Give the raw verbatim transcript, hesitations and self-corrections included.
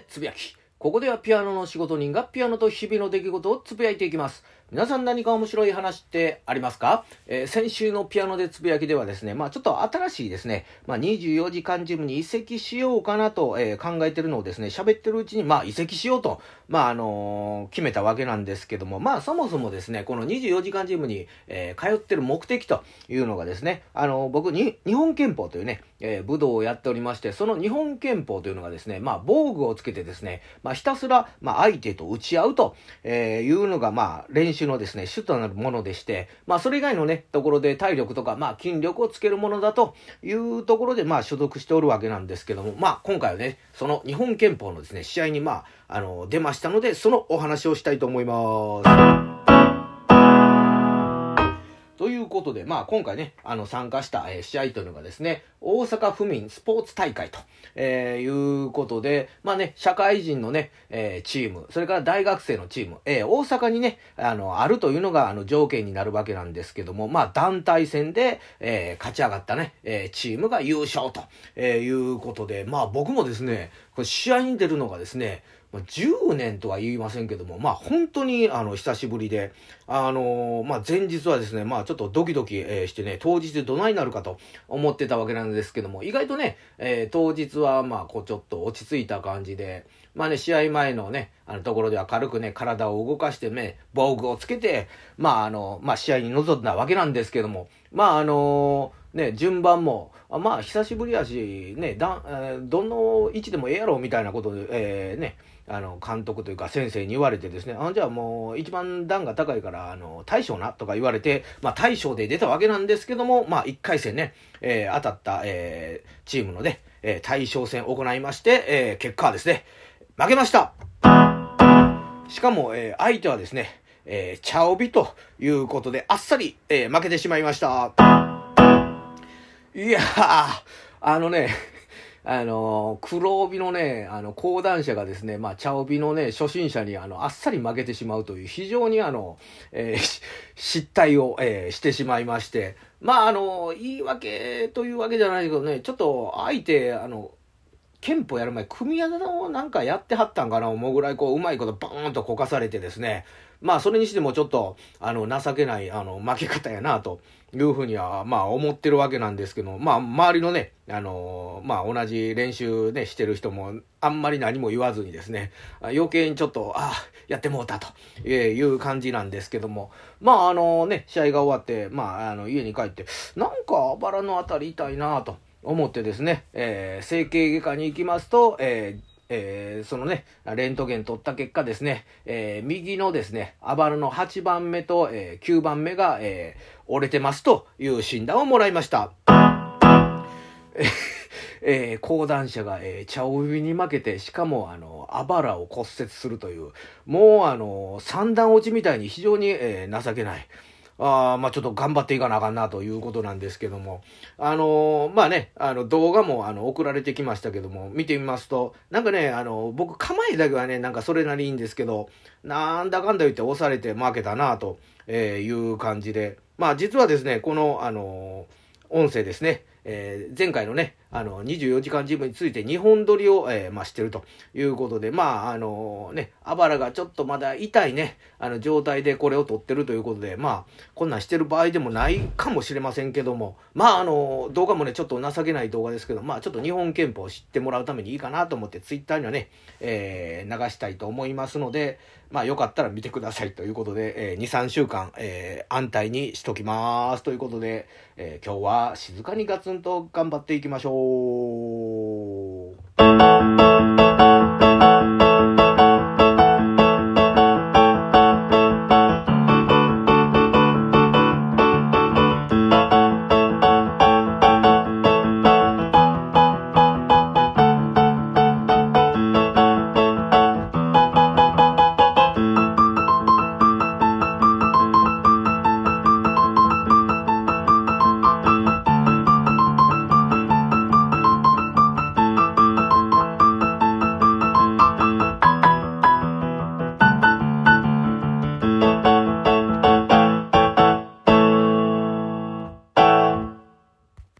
つぶやき。ここではピアノの仕事人がピアノと日々の出来事をつぶやいていきます。皆さん何か面白い話ってありますか？えー、先週のピアノでつぶやきではですね、まあちょっと新しいですね、まあにじゅうよじかんジムに移籍しようかなと、えー、考えてるのをですね、喋ってるうちに、まあ移籍しようと、まああのー、決めたわけなんですけども、まあそもそもですね、このにじゅうよじかんジムに、えー、通ってる目的というのがですね、あのー、僕に日本拳法というね、えー、武道をやっておりまして、その日本拳法というのがですね、まあ防具をつけてですね、まあひたすら、まあ相手と打ち合うというのが、まあ練習のですね、主となるものでして、まあそれ以外のね、ところで体力とか、まあ筋力をつけるものだというところで、まあ所属しておるわけなんですけども、まあ今回はね、その日本拳法のですね、試合にまあ、あの、出ましたので、そのお話をしたいと思います。ということで、まあ今回ね、あの参加した、えー、試合というのがですね、大阪府民スポーツ大会と、えー、いうことで、まあね、社会人のね、えー、チーム、それから大学生のチーム、えー、大阪にね、あの、あるというのがあの条件になるわけなんですけども、まあ団体戦で、えー、勝ち上がったね、えー、チームが優勝と、えー、いうことで、まあ僕もですね、これ試合に出るのがですね、じゅうねんとは言いませんけども、まあ本当にあの久しぶりで、あのー、まあ前日はですね、まあちょっとドキドキ、えー、してね、当日どないなるかと思ってたわけなんですけども、意外とね、えー、当日はまあこうちょっと落ち着いた感じで、まあね、試合前のね、あのところでは軽くね、体を動かしてね、防具をつけて、まああの、まあ試合に臨んだわけなんですけども、まああのー、ね、順番も、あまあ久しぶりやし、ね、だ、えー、どの位置でもええやろみたいなことで、えー、ね、あの監督というか先生に言われてですね、あじゃあもう一番段が高いからあの大将なとか言われて、まあ大将で出たわけなんですけども、まあいっかい戦ね、えー、当たった、えー、チームのね、えー、大将戦を行いまして、えー、結果はですね、負けました。しかも、えー、相手はですね、えー、チャオビということであっさり、えー、負けてしまいました。いやー、あのね、あの、黒帯のね、あの、講談社がですね、まあ、茶帯のね、初心者に、あの、あっさり負けてしまうという、非常にあの、えー、失態を、えー、してしまいまして、まあ、あの、言い訳というわけじゃないけどね、ちょっと、相手、あの、憲法やる前、組み技をなんかやってはったんかな思うぐらい、こう、うまいことバーンとこかされてですね、まあ、それにしてもちょっと、あの、情けない、あの、負け方やな、というふうには、まあ、思ってるわけなんですけど、まあ、周りのね、あの、まあ、同じ練習ね、してる人も、あんまり何も言わずにですね、余計にちょっと、ああ、やってもうた、という感じなんですけども、まあ、あのね、試合が終わって、まあ、あの、家に帰って、なんか、あばらのあたり痛いな、と思ってですね、えー、整形外科に行きますと、えーえー、そのね、レントゲン取った結果ですね、えー、右のですね、あばらのはちばんめと、えー、きゅうばんめが、えー、折れてますという診断をもらいました。えー、講談社が、えー、茶帯に負けて、しかも、あの、あばらを骨折するという、もう、あの、三段落ちみたいに非常に、えー、情けない。あまあちょっと頑張っていかなあかんなということなんですけども、あのー、まあね、あの動画もあの送られてきましたけども、見てみますと、なんかね、あの、僕構えだけはね、なんかそれなりいいんですけど、なんだかんだ言って押されて負けたなという感じで、まあ実はですね、この、あのー、音声ですね、えー、前回のね、あの、にじゅうよじかんジムについてにほん撮りを、えー、まあ、してるということで、まあ、あのね、あばらがちょっとまだ痛いね、あの、状態でこれを撮ってるということで、まあ、こんなんしてる場合でもないかもしれませんけども、まあ、あの、動画もね、ちょっと情けない動画ですけど、まあ、ちょっと日本憲法を知ってもらうためにいいかなと思って、ツイッターにはね、えー、流したいと思いますので、まあ、よかったら見てくださいということで、えー、に、さんしゅうかん、えー、安泰にしときますということで、えー、今日は静かにガツンと頑張っていきましょう。